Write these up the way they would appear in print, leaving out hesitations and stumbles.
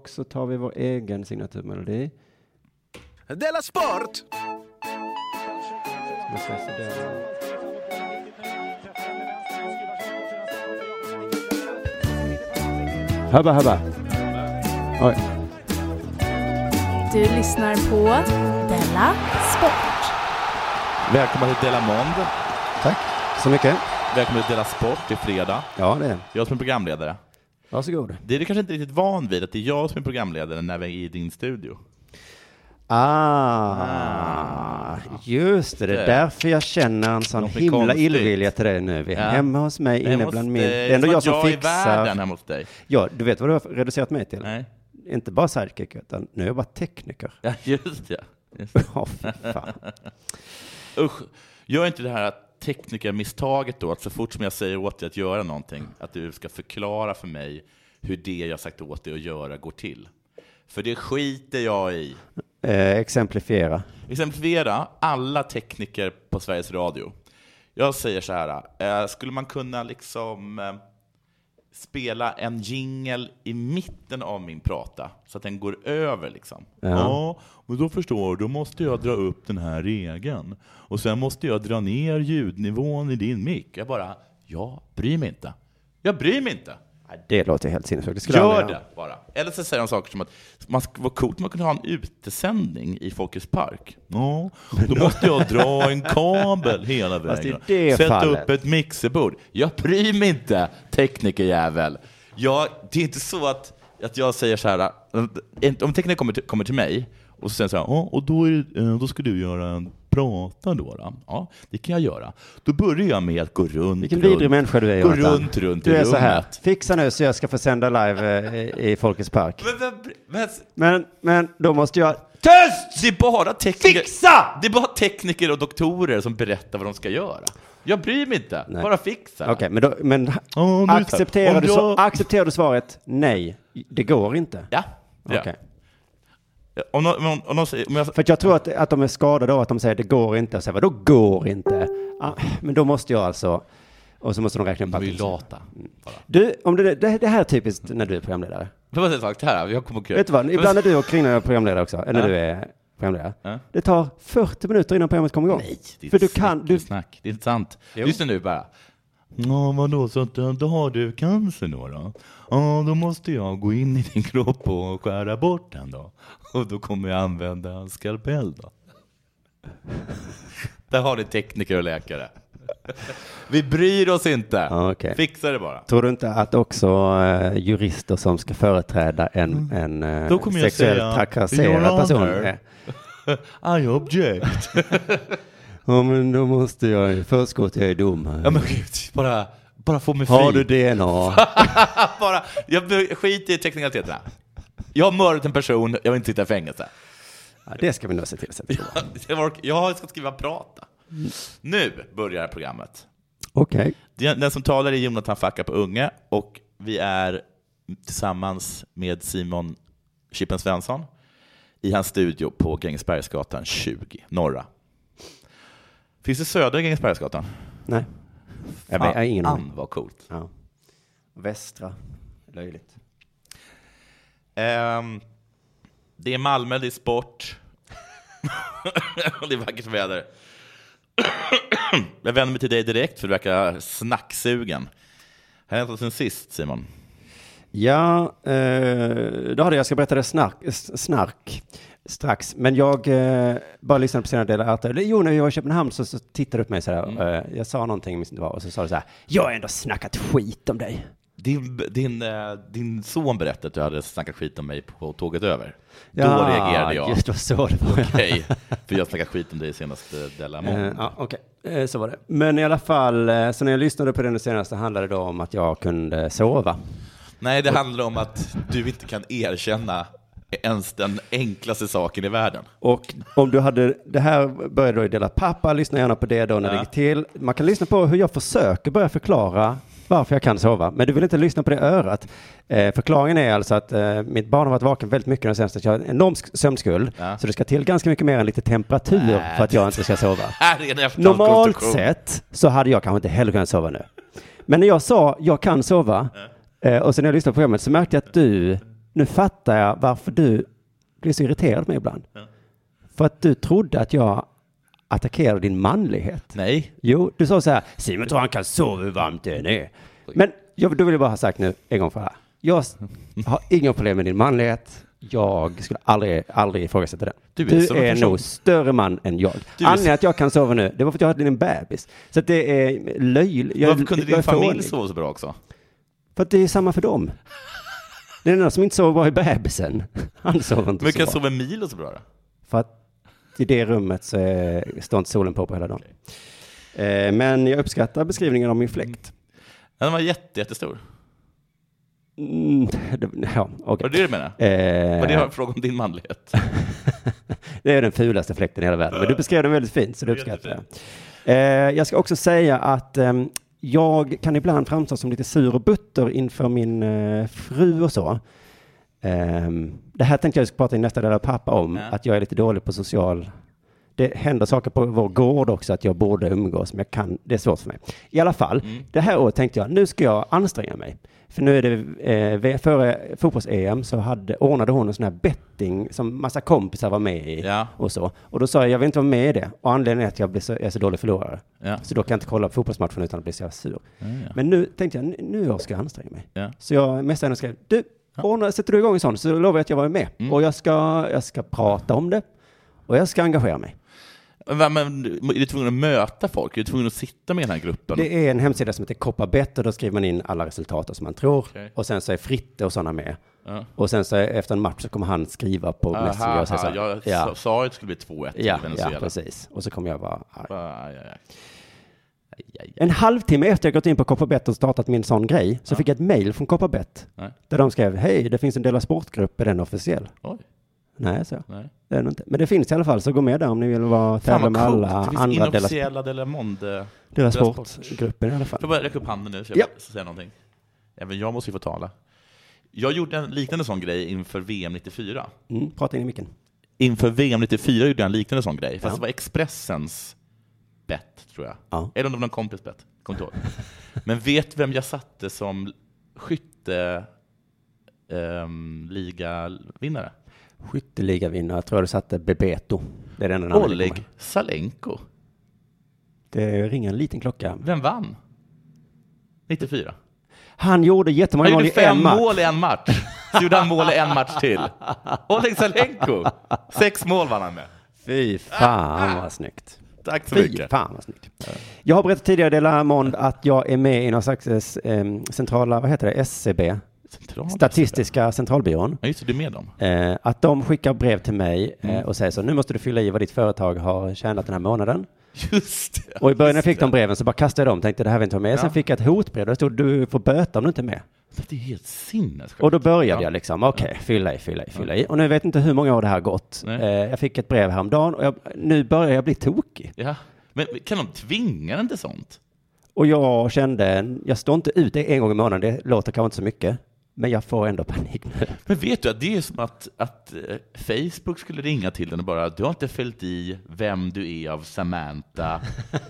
och så tar vi vår egen signaturmelodi. Della Sport! Habba. Oj. Du lyssnar på Della Sport. Välkommen till Della Monde. Tack så mycket. Välkommen till Della Sport, det är fredag. Ja, det är. Jag som är programledare. Varsågod. Det är du kanske inte riktigt van vid att det är jag som är programledare när vi är i din studio. Just det. Det är därför jag känner en sån himla konstigt. Illvilja till dig nu. Vi är hemma hos mig, inne bland min... Det är ändå jag som fixar. Jag är världen hemma hos dig. Ja, du vet vad du har reducerat mig till? Nej. Inte bara sidekick, utan nu är jag bara tekniker. Ja, just det. Ja, fan. Usch, gör inte det här teknikermisstaget då, att så fort som jag säger åt dig att göra någonting, att du ska förklara för mig hur det jag sagt åt dig att göra går till. För det skiter jag i. Exemplifiera. Alla tekniker på Sveriges Radio. Jag säger så här, skulle man kunna liksom spela en jingle i mitten av min prata så att den går över liksom. Ja, men då förstår du, då måste jag dra upp den här regeln och sen måste jag dra ner ljudnivån i din mick. Jag bryr mig inte. Det låter helt sinnessjukt. Gör det bara. Eller så säger de saker som att man ska vara coolt, man kunde ha en utesändning i Folkets Park. Ja, då måste jag dra en kabel hela vägen. Sätta upp ett mixerbord. Jag bryr mig inte, teknikerjävel. Det är inte så att jag säger så här, om tekniker kommer till mig och så säger så här, och då ska du göra en prata då. Ja, det kan jag göra. Då börjar jag med att gå runt. Vilken vidrig människa du är. Gå runt i rummet. Du är så här. Fixa nu så jag ska få sända live i Folkets Park. Men då måste jag... Tyst! Det är bara tekniker. Fixa! Det är bara tekniker och doktorer som berättar vad de ska göra. Jag bryr mig inte. Nej. Bara fixa. Okej, men accepterar du svaret? Nej, det går inte. Ja. Okej. För jag tror att de är skadade av att de säger det går inte. Och säger, vadå går inte? Men då måste jag alltså... Och så måste de räkna upp allt. De är lata. Du, om det här är typiskt när du är programledare. Det var sagt här. Jag kommer vet du vad? Ibland är du och Kringlan är programledare också. Eller du är programledare. Det tar 40 minuter innan programmet kommer igång. Nej, det är snack. Det är inte sant. Lyssna nu bara. Ja, vadå? Så då har du cancer då? Ja, då måste jag gå in i din kropp och skära bort den då. Och då kommer jag använda en skalpell då. Där har ni tekniker och läkare. Vi bryr oss inte. Okay. Fixa det bara. Tror du inte att också jurister som ska företräda en sexuellt trakasserad person är? I object. Ja, men då måste jag först gå till dom. Ja, men bara få mig fri. Har du DNA? Jag skiter i teknikaliteterna. Jag har mördat en person, jag vill inte sitta i fängelse. Ja, det ska vi nog se till. Jag ska skriva prata. Nu börjar programmet. Okej. Den som talar är Jonathan Facka på Unge. Och vi är tillsammans med Simon Chippen Svensson i hans studio på Grängesbergsgatan 20, norra. Finns det södra Grängesbergsgatan? Nej. Jag har ingen aning. Vad coolt. Ja. Västra. Löjligt. Det är Malmö, det är sport. Och det är vackert väder. Jag vänder mig till dig direkt för du verkar snacksugen. Har jag hänt sen sist, Simon? Ja, då hade jag ska berätta det snark strax. Men jag bara lyssnade på sina delar. Jo, när jag var i Köpenhamn så tittade du på mig så här. Jag sa någonting, och så sa du så här: jag har ändå snackat skit om dig. Din son berättade att du hade snackat skit om mig på tåget över. Ja, då reagerade jag. Just, vad så det var. Okej, för jag snackade skit om dig senaste Della Monde. Ja, okej. Så var det. Men i alla fall, så när jag lyssnade på den senaste handlade det om att jag kunde sova. Nej, det handlar om att du inte kan erkänna ens den enklaste saken i världen. Och om du hade, det här började då i Della Pappa, lyssna gärna på det då när det gick till. Man kan lyssna på hur jag försöker börja förklara varför jag kan sova. Men du vill inte lyssna på det örat. Förklaringen är alltså att mitt barn har varit vaken väldigt mycket den senaste. Jag har en enorm sömnskuld. Så det ska till ganska mycket mer än lite temperatur för att jag inte ska sova. Normalt sett så hade jag kanske inte heller kunnat sova nu. Men när jag sa jag kan sova och sen när jag lyssnade på programmet så märkte jag att du nu fattar jag varför du blir så irriterad på mig ibland. Ja. För att du trodde att jag attackerade din manlighet. Nej. Jo, du sa så här, Simon tror han kan sova hur varmt det är. Men då vill jag bara ha sagt nu en gång för här. Jag har inga problem med din manlighet. Jag skulle aldrig ifrågasätta den. Du är nog större man än jag. Anledningen att jag kan sova nu, det var för att jag hade en bebis. Så att det är löjligt. Varför kunde din familj sova så bra också? För att det är samma för dem. Den enda som inte sover bra är bebisen. Han sover inte. Men kan sova Milo så bra då? För att i det rummet så står inte solen på hela dagen. Okay. Men jag uppskattar beskrivningen av min fläkt. Den var jättestor. Ja, okay. Vad är det du menar? Vad det har fråga om din manlighet? Det är den fulaste fläkten i hela världen. Men du beskrev den väldigt fint, så det uppskattar jag. Jag ska också säga att jag kan ibland framstå som lite sur och butter inför min fru och så. Det här tänkte jag prata i nästa del av pappa om. Att jag är lite dålig på social... Det händer saker på vår gård också att jag borde umgås, men det är svårt för mig. I alla fall, det här året tänkte jag, nu ska jag anstränga mig. För nu är det, före fotbolls-EM så ordnade hon en sån här betting som massa kompisar var med i och så. Och då sa jag vill inte vara med i det. Och anledningen är att jag är så dålig förlorare. Ja. Så då kan jag inte kolla på fotbollsmatchen utan att bli så sur. Ja. Men nu tänkte jag, nu ska jag anstränga mig. Ja. Så jag mest henne skrev, sätter du igång en sån så lovar jag att jag var med. Och jag ska prata om det. Och jag ska engagera mig. Men är du tvungen att möta folk? Är du tvungen att sitta med den här gruppen? Det är en hemsida som heter Koparbett och då skriver man in alla resultat som man tror. Okay. Och sen så är Fritte och sådana med. Ja. Och sen så efter en match så kommer han skriva på Messenger och säga så här, jag sa att det skulle bli 2-1 till Venezuela. Ja, precis. Och så kommer jag vara En halvtimme efter jag gått in på Koparbett och startat min sån grej så fick jag ett mejl från Koparbett. Där de skrev, hej, det finns en Della Sport-grupp, är den officiell? Oj. Nej, så. Nej. Det är inte. Men det finns i alla fall, så gå med där om ni vill tävla med alla andra inofficiella Della Sport-gruppen i alla fall. Jag bara räcka upp handen nu så jag säger någonting. Även jag måste ju få tala. Jag gjorde en liknande sån grej inför VM 94. Prata in i micken. Inför VM 94 gjorde jag en liknande sån grej. Fast det var Expressens bett, tror jag. Ja. Eller om det var någon kompis bett. Kommer inte ihåg. Men vet vem jag satte som liga-vinnare? Skytteligavinnare, jag tror du satte Bebeto. Det är den Oleg Salenko. Det ringer en liten klocka. Vem vann? 94. Han gjorde jättemånga mål i en match. Han gjorde 5 mål i en match. Så gjorde han mål i en match till. Oleg Salenko. 6 mål vann han med. Fy fan vad snyggt. Tack så mycket. Fy fan vad snyggt. Jag har berättat tidigare Della Mond att jag är med i någon slags centrala, vad heter det, SCB? Statistiska centralbyrån. Ja, just det, du är med dem. Att de skickar brev till mig och säger så, nu måste du fylla i vad ditt företag har tjänat den här månaden. Just det. Och i början när jag fick de breven så bara kastade jag dem, tänkte det här vill jag inte ha med. Sen fick jag ett hotbrev där det stod, du får böta om du inte är med. Det är helt sinnessjukt. Och då började jag liksom, okej, fylla i. Och nu vet jag inte hur många år det här har gått. Jag fick ett brev häromdagen och nu börjar jag bli tokig. Ja. Men kan de tvinga den till sånt? Och jag kände, jag står inte ut det en gång i månaden, det låter kanske inte så mycket. Men jag får ändå panik nu. Men vet du att det är som att Facebook skulle ringa till den och bara, du har inte fällt i vem du är av Samantha.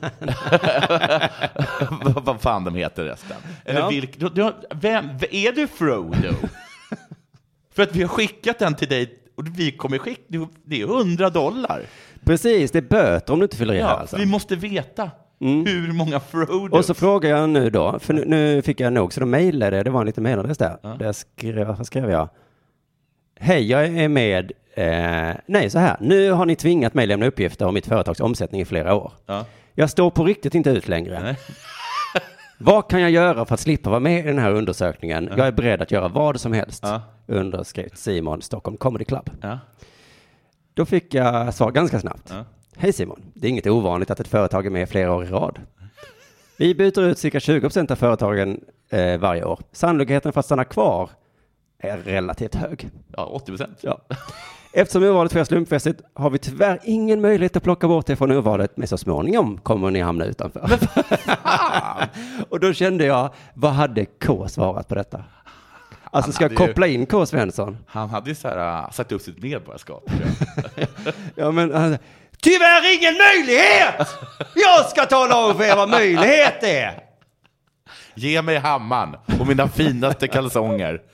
Vad fan de heter resten. Eller vem är du Frodo? För att vi har skickat den till dig och vi kommer skicka, det är $100. Precis, det är böter om du inte fyller i här. Alltså. Vi måste veta. Hur många Frodo? Och så frågar jag nu då, för nu fick jag nog, så de mejlade, det var en liten mejladress där. Där skrev jag, hej, jag är med, nej så här, nu har ni tvingat mig lämna uppgifter om mitt företags omsättning i flera år. Jag står på riktigt inte ut längre. Vad kan jag göra för att slippa vara med i den här undersökningen? Jag är beredd att göra vad som helst. Underskrivet Simon, Stockholm Comedy Club. Då fick jag svar ganska snabbt. Hej Simon, det är inget ovanligt att ett företag är med flera år i rad. Vi byter ut cirka 20% av företagen varje år. Sannolikheten för att stanna kvar är relativt hög. Ja, 80%. Ja. Eftersom urvalet sker slumpmässigt har vi tyvärr ingen möjlighet att plocka bort det från urvalet, men så småningom kommer ni hamna utanför. Och då kände jag, vad hade K svarat på detta? Alltså ska jag koppla in K. Svensson? Han hade ju så här, sagt upp sitt medborgarskap. Ja, men tyvärr ingen möjlighet! Jag ska tala om för er vad möjlighet är! Ge mig hammaren och mina finaste kalsonger.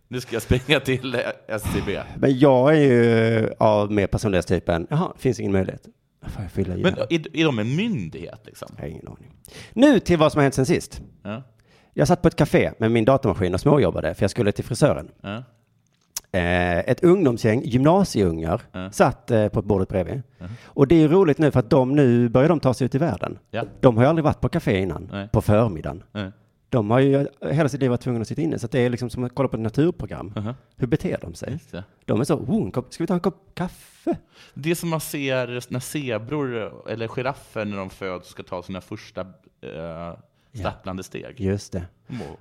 Nu ska jag springa till SCB. Men jag är ju av med personlighetstypen. Jaha, finns ingen möjlighet. Får jag fylla i? Men är de en myndighet liksom? Jag har ingen aning. Nu till vad som har hänt sen sist. Ja. Jag satt på ett café med min datamaskin och småjobbade för jag skulle till frisören. Ja. Ett ungdomsgäng, gymnasieungar, satt på ett bordet bredvid. Och det är roligt nu för att nu börjar de ta sig ut i världen. Ja. De har ju aldrig varit på café innan, på förmiddagen. Nej. De har ju hela sitt liv varit tvungna att sitta inne, så att det är liksom som att kolla på ett naturprogram. Hur beter de sig? De är så, ska vi ta en kopp kaffe? Det som man ser när zebror eller giraffer när de föds ska ta sina första stapplande steg. Just det.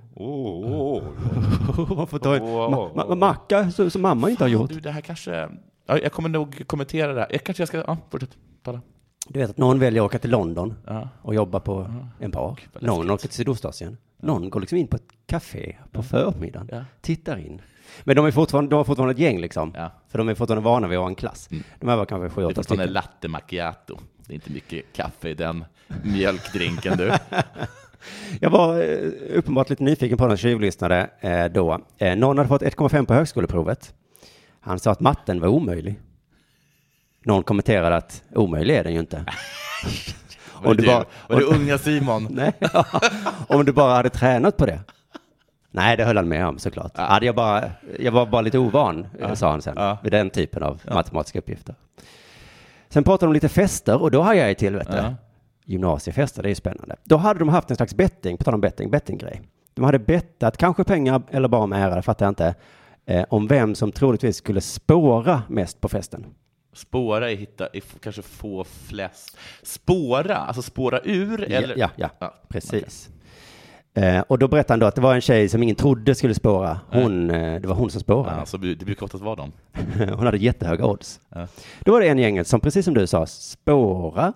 Man får ta en macka som mamma inte har gjort. Du, det här kanske... Ja, jag kommer nog kommentera det här. Jag ska... fortsätt tala. Du vet att någon väljer att åka till London och jobba på en bar. Någon åker till Sydostasien. Någon går liksom in på ett café på förmiddagen. Tittar in. Men de har fortfarande ett gäng liksom. Ja. För de är fortfarande vana vid att ha en klass. De här var kanske 7-8 stycken. Det är fortfarande latte macchiato. Det är inte mycket kaffe i den mjölkdrinken du. Jag var uppenbart lite nyfiken på den tjuvlyssnade då. Någon hade fått 1,5 på högskoleprovet. Han sa att matten var omöjlig. Någon kommenterade att omöjlig är den ju inte. Var det unga Simon? Nej, om du bara hade tränat på det. Nej, det höll han med om såklart. Ja. Jag var bara lite ovan, sa han sen, vid den typen av matematiska uppgifter. Sen pratade de lite fester och då har jag i helvete. Gymnasiefester, det är ju spännande. Då hade de haft en slags betting, på tal om bettinggrej. De hade bettat, kanske pengar eller bara om ära, det fattar jag inte, om vem som troligtvis skulle spåra mest på festen. Spåra är kanske få flest. Spåra, alltså spåra ur? Eller? Ja, precis. Okay. Och då berättade han då att det var en tjej som ingen trodde skulle spåra. Det var hon som spårade. Så det brukar oftast vara dem. Hon hade jättehöga odds. Då var det en gänget som, precis som du sa, spåra.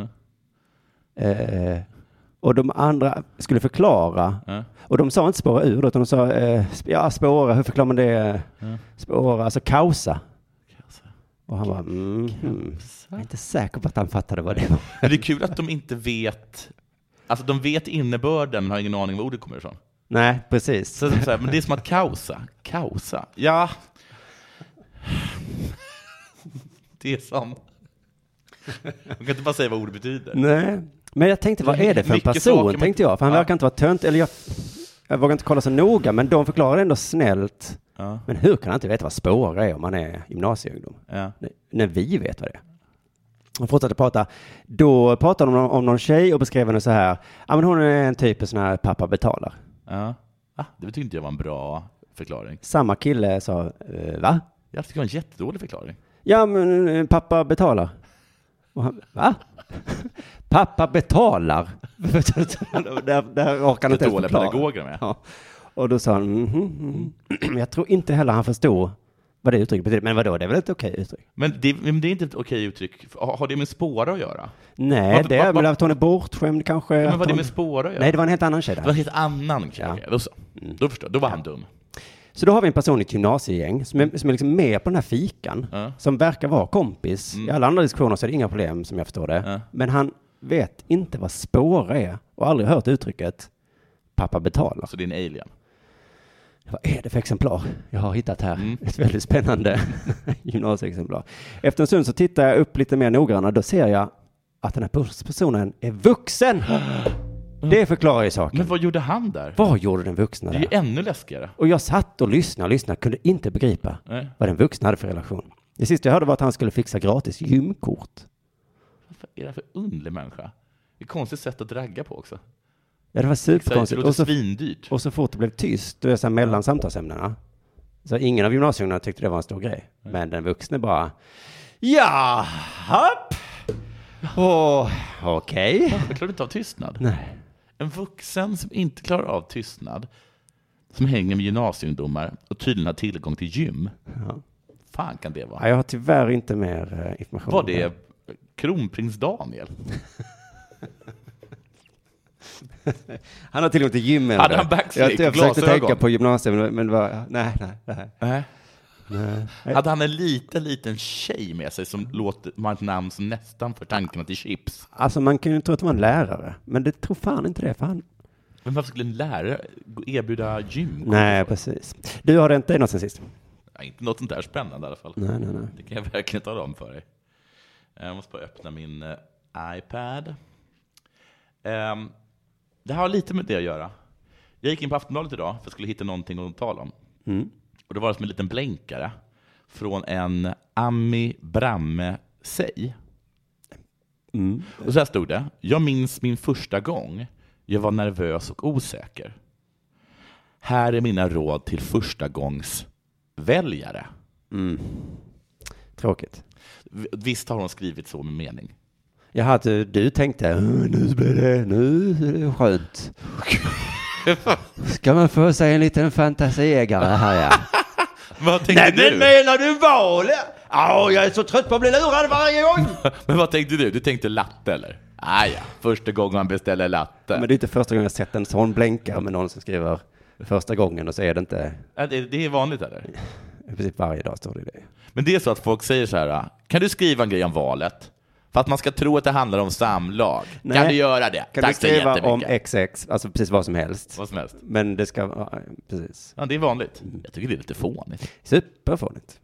Och de andra skulle förklara. Och de sa inte spåra ur, utan de sa spåra, hur förklarar man det? Spåra, alltså kausa. Och han var, jag är inte säker på att han fattade vad det var. Men det är kul att de inte vet, alltså de vet innebörden, har ingen aning vad ordet kommer ifrån. Nej, precis. Så här, men det är som att kausa. Ja. Det är som. Man kan inte bara säga vad ordet betyder. Nej, men jag tänkte, vad är det för en person, tänkte jag. För han verkar inte vara tönt, eller jag vågar inte kolla så noga, men de förklarar ändå snällt. Men hur kan han inte veta vad spåra är om man är gymnasieungdom? När vi vet vad det är. De fortsatte prata. Då pratade de om någon tjej och beskrev henne så här. Ja, men hon är en typ sån här pappa betalar. Det betyder inte jag var en bra förklaring. Samma kille sa, va? Jag tycker det var en jättedålig förklaring. Ja, men pappa betalar. Och han, va? Pappa betalar? där orkar han inte ens förklara. Pedagoger med. Ja. Och då sa han, jag tror inte heller han förstod vad det uttrycket betyder. Men vadå, det är väl ett okej uttryck? Men det är inte ett okej uttryck. Har det med spåra att göra? Nej, det är väl att hon är bortskämd kanske. Men vad är det med spåra att göra? Nej, det var en helt annan tjej där. Det var en helt annan tjej. Ja. Då förstår jag. Då var han dum. Så då har vi en person i ett gymnasiegäng som är liksom med på den här fikan. Som verkar vara kompis. I alla andra diskussioner så är det inga problem som jag förstår det. Men han vet inte vad spåra är. Och aldrig hört uttrycket pappa betalar. Så det är en alien. Vad är det för exemplar jag har hittat här? Ett väldigt spännande gymnasieexemplar. Efter en stund så tittar jag upp lite mer noggrannare. Då ser jag att den här personen är vuxen. Det förklarar ju saken. Men vad gjorde han där? Vad gjorde den vuxna där? Det är ju ännu läskigare. Och jag satt och lyssnade. Kunde inte begripa vad den vuxna hade för relation. Det sista jag hörde var att han skulle fixa gratis gymkort. Vad är det för underlig människa? Det är ett konstigt sätt att ragga på också. Ja, det var superkonstigt. Det låter svindyrt. Och så fort det blev tyst, det är så här mellan samtalsämnena. Så ingen av gymnasierna tyckte det var en stor grej. Men den vuxne bara, ja, hopp. Okej. Jag klarar inte av tystnad. Nej. En vuxen som inte klarar av tystnad, som hänger med gymnasieungdomar och tydligen har tillgång till gym. Ja. Fan kan det vara? Ja, jag har tyvärr inte mer information. Var det kronprins Daniel? Han har tillgång till gymmen. Hade han backslick, jag försökte tänka på gymnasiet, men det var, nej. Hade han en liten tjej med sig som låter ett namn som nästan för tankarna till chips? Alltså man kan ju tro att det var en lärare, men det tror fan inte det. Fan. Men varför skulle en lärare erbjuda gym? Nej, precis. Du har inte något sen sist? Ja, inte något sånt där spännande i alla fall. Nej. Det kan jag verkligen ta om för dig. Jag måste bara öppna min iPad. Det har lite med det att göra. Jag gick in på Aftonbladet idag för att jag skulle hitta någonting att tala om. Och det var som en liten blänkare från en Ami Bramme Sej. Och så här stod det: jag minns min första gång jag var nervös och osäker. Här är mina råd till första gångs väljare. Tråkigt. Visst har hon skrivit så med mening? Jaha, du tänkte nu är det skönt. Ska man få sig en liten fantasiägare här, ja. Vad tänkte du? Men menar du val? Ja, jag är så trött på att bli lurad varje gång. Men vad tänkte du? Du tänkte latte, eller? Ja, första gången man beställer latte. Men det är inte första gången jag sett en sån blänkare med någon som skriver första gången och så är det inte... Det är vanligt, eller? I princip varje dag står det. Men det är så att folk säger så här: kan du skriva en grej om valet? För att man ska tro att det handlar om samlag. Nej. Kan du göra det? Kan du skriva om XX, alltså precis vad som helst? Vad som helst. Men det ska, ja, precis. Ja, det är vanligt. Jag tycker det är lite fånigt. Superfånigt.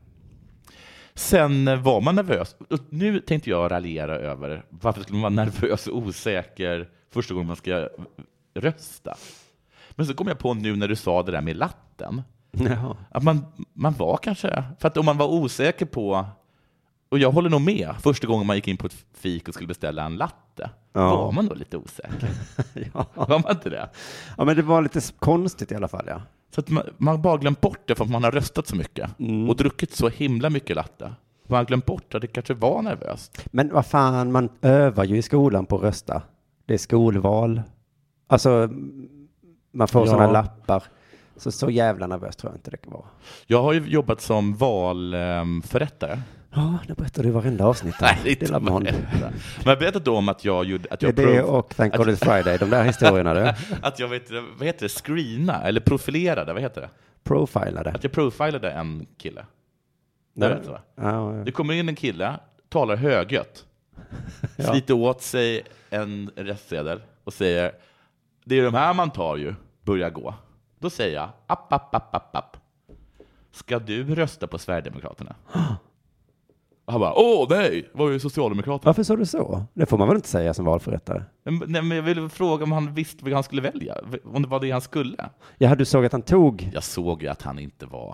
Sen var man nervös. Nu tänkte jag raljera över varför skulle man vara nervös och osäker första gången man ska rösta. Men så kom jag på nu när du sa det där med latten. Jaha. Att man var kanske... För att om man var osäker på... Och jag håller nog med. Första gången man gick in på ett fik och skulle beställa en latte. Ja. Var man då lite osäker? Ja. Var man inte det? Ja, men det var lite konstigt i alla fall, ja. Så att man bara glömt bort det för att man har röstat så mycket. Och druckit så himla mycket latte. Man har glömt bort att det kanske var nervöst. Men vad fan, man övar ju i skolan på att rösta. Det är skolval. Alltså, man får sådana lappar. Så jävla nervöst tror jag inte det kan vara. Jag har ju jobbat som valförrättare. Ja, det berättar du varenda avsnitt. Nej, det är inte men jag berättade då om att jag gjorde... Att jag det och Thank God It's Friday, de där historierna. Du. Att jag vad heter det? Screena, eller profilerade, vad heter det? Profilade. Att jag profilade en kille. Det vet du, va? Ja. Det kommer in en kille, talar högljutt. Sliter åt sig en röstsedel och säger: det är de här man tar ju, börjar gå. Då säger jag: app. Ska du rösta på Sverigedemokraterna? Och han bara: nej, var ju Socialdemokraterna. Varför sa du så? Det får man väl inte säga som valförrättare? Nej, men jag ville fråga om han visste vad han skulle välja. Om det var det han skulle. Ja, du såg att han tog... Jag såg ju att han inte var...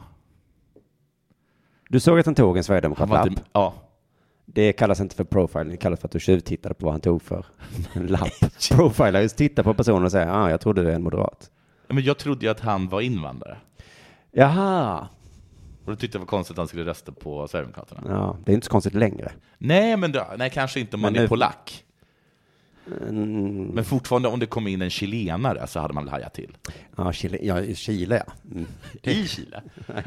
Du såg att han tog en Sverigedemokrat-lapp? Ja. Det kallas inte för profiling, det kallas för att du tjuvtittade på vad han tog för en lapp. Profiler just titta på personen och säga: jag trodde du är en moderat. Men jag trodde ju att han var invandrare. Jaha. Och du tyckte det var konstigt att han skulle rösta på Sverigedemokraterna. Ja, det är inte så konstigt längre. Nej, kanske inte om man är polack. Men fortfarande om det kom in en chilenare så hade man väl hajat till. Ja, Chile, ja. I Chile?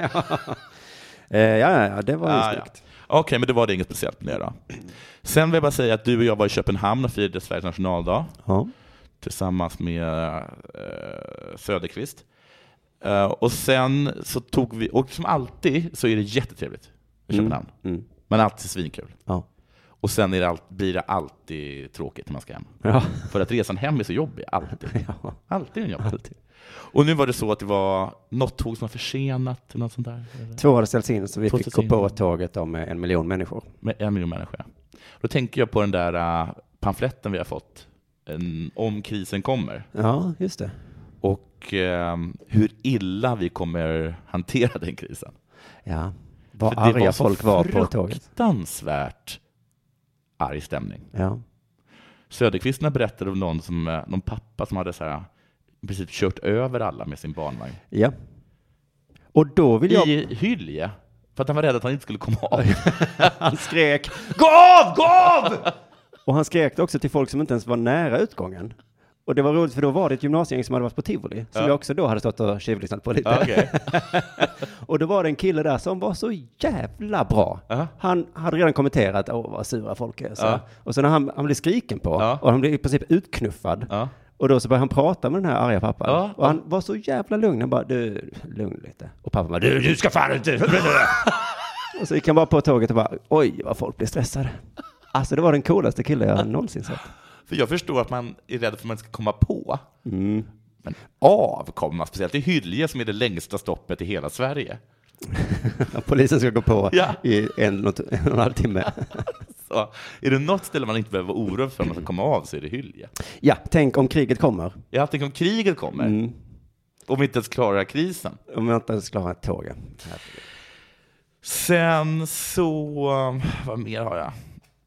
Ja, det var ju snyggt. Okej, men det var det inget speciellt med det då. Sen vill jag bara säga att du och jag var i Köpenhamn och firade Sveriges nationaldag. Ja. Tillsammans med Söderqvist. Och sen så tog vi, och som alltid så är det jättetrevligt i Köpenhamn. Men alltid svinkul. Ja. Och sen blir det alltid tråkigt när man ska hem. Ja. För att resan hem är så jobbig, alltid. Ja. Alltid en jobb. Alltid. Och nu var det så att det var något tåg som var försenat eller något sånt där. 2 hade ställts in så vi fick gå på tåget om 1 miljon människor. Med 1 miljon människor, ja. Då tänker jag på den där pamfletten vi har fått om krisen kommer. Ja, just det. Och hur illa vi kommer hantera den krisen. Ja, vad arga folk var på tåget. Fruktansvärt arg stämning. Ja. Söderqvistarna berättade om någon pappa som hade så här, i princip kört över alla med sin barnvagn. Ja. Och då vill jag... I Hylje. För att han var rädd att han inte skulle komma av. Han skrek: gå av! Och han skrek också till folk som inte ens var nära utgången. Och det var roligt för då var det ett gymnasiegäng som hade varit på Tivoli. Som jag också då hade stått och tjuvlyssnat på lite. Okay. Och då var det en kille där som var så jävla bra. Han hade redan kommenterat: vad sura folk är. Så. Och så när han blev skriken på och han blev i princip utknuffad. Och då så började han prata med den här arga pappan. Och han var så jävla lugn. Han bara: du, lugn lite. Och pappan bara: du ska fan inte. Och så gick han bara på tåget och bara: oj, vad folk blir stressade. Alltså det var den coolaste killen jag någonsin sett. För jag förstår att man är rädd för att man ska komma på. Men avkomma, speciellt i Hylje som är det längsta stoppet i hela Sverige. Polisen ska gå på i en och en halv timme. Så, är det något ställe man inte behöver vara orolig för när man ska komma av så är det Hylje. Ja, tänk om kriget kommer. Ja, tänk om kriget kommer. Om vi inte ens klarar krisen. Om vi inte ens klarar ett tåg. Sen så, vad mer har jag?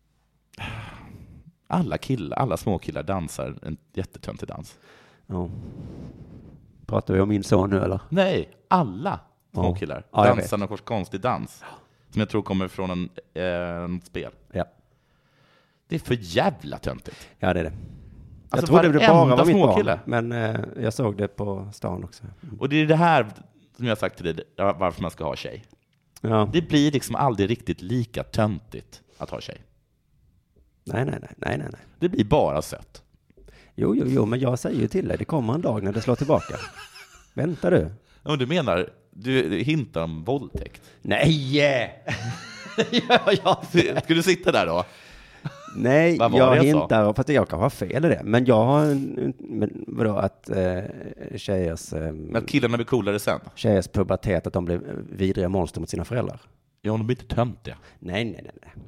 Alla små killar dansar en jättetöntig dans. Ja. Pratar vi om min son nu eller? Nej, alla små killar dansar någon konstig dans. Som jag tror kommer från en spel. Ja. Det är för jävla töntigt. Ja, det är det. Alltså, jag trodde det bara var mitt småkille. Barn, men jag såg det på stan också. Och det är det här som jag har sagt till dig, varför man ska ha tjej. Ja. Det blir liksom aldrig riktigt lika töntigt att ha tjej. Nej. Det blir bara sött. Jo, men jag säger ju till dig, det kommer en dag när det slår tillbaka. Vänta du. Ja, du menar, du hintar om våldtäkt. Nej! Ska du sitta där då? Nej, jag hintar, fast jag kan ha fel i det. Men jag har vadå, att tjejers... att killarna blir coolare sen? Tjejers pubertet, att de blir vidriga monster mot sina föräldrar. Ja, de blir inte töntiga. Nej.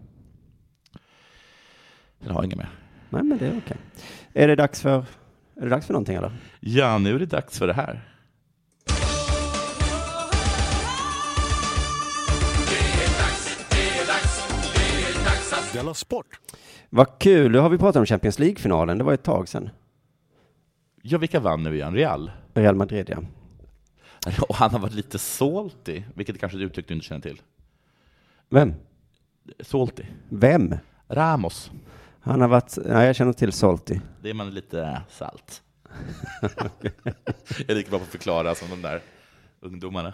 Jag har inget mer. Nej, men det är okej. Är det dags för någonting eller? Ja, nu är det dags för det här. Della Sport. Vad kul, nu har vi pratat om Champions League-finalen. Det var ett tag sedan. Ja, vilka vann nu igen? Real Madrid, ja. Och han har varit lite salty, vilket kanske du uttryck du inte känner till. Vem? Salty. Vem? Ramos. Han har varit... Nej, jag känner till salty. Det är man lite salt. Jag är lika bra på att förklara som de där ungdomarna.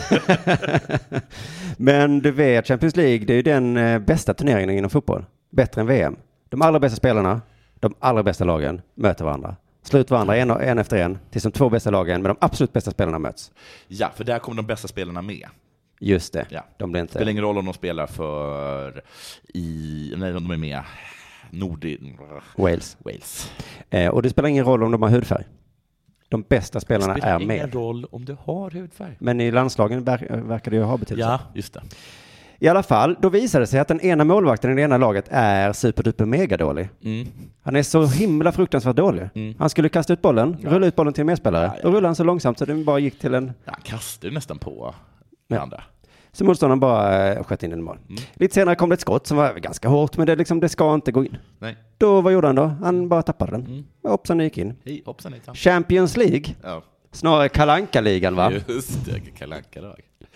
Men du vet, Champions League, det är ju den bästa turneringen inom fotboll. Bättre än VM. De allra bästa spelarna, de allra bästa lagen möter varandra. Slut varandra en efter en tills de två bästa lagen med de absolut bästa spelarna möts. Ja, för där kommer de bästa spelarna med. Just det. Ja. De blir inte... Det spelar ingen roll om de spelar nej, de är med Wales. Och det spelar ingen roll om de har hudfärg. De bästa spelarna är med. Det spelar ingen roll om du har hudfärg. Men i landslagen verkar det ju ha betydelse. Ja, just det. I alla fall, då visade det sig att den ena målvakten i det ena laget är superduper mega dålig. Han är så himla fruktansvärt dålig. Han skulle kasta ut bollen, rulla ut bollen till en medspelare. Och rullade han så långsamt så den bara gick till en... Ja, han kastade nästan på andra. Så motståndaren bara sköt in den i mål. Lite senare kom det ett skott som var ganska hårt, men det ska inte gå in. Nej. Då, vad gjorde han då? Han bara tappade den. Hoppsan, gick in. Hej, hoppsan, hejsan. Champions League. Ja. Snarare Kalanka-ligan, va? Just det, Kalanka-lag.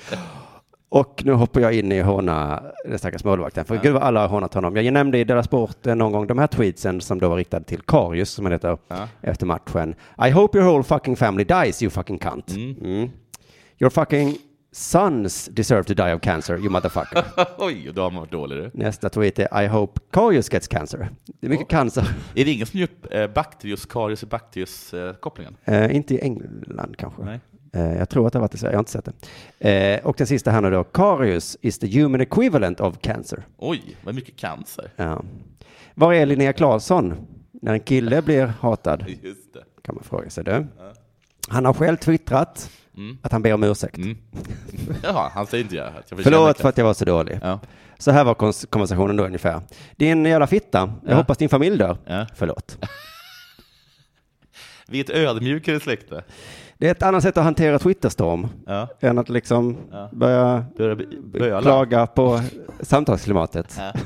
Och nu hoppar jag in i håna den stackars målvakten. För gud vad alla har hånat honom. Jag nämnde i Della Sport någon gång de här tweetsen som då var riktade till Karius, som han heter, efter matchen. I hope your whole fucking family dies, you fucking cunt. Your fucking sons deserve to die of cancer, you motherfucker. Oj, då har man varit dålig. Du. Nästa tweet är I hope Karius gets cancer. Det är mycket cancer. Är det ingen som gör Karius och Bakterius-kopplingen? Inte i England kanske. Nej. Jag tror att det har varit i Sverige, jag har inte sett det. Och den sista här nu då. Karius is the human equivalent of cancer. Oj, vad mycket cancer. Ja. Var är Linnea Claesson när en kille blir hatad? Just det. Kan man fråga sig det. Ja. Han har själv twittrat att han ber om ursäkt. Jaha, han säger inte Förlåt för att jag var så dålig. Ja. Så här var konversationen då ungefär. Din jävla fitta. Jag hoppas din familj dör. Ja. Förlåt. Vi är ett ödmjukare släkte. Det är ett annat sätt att hantera Twitterstorm än att liksom börja klaga på samtalsklimatet. Ja.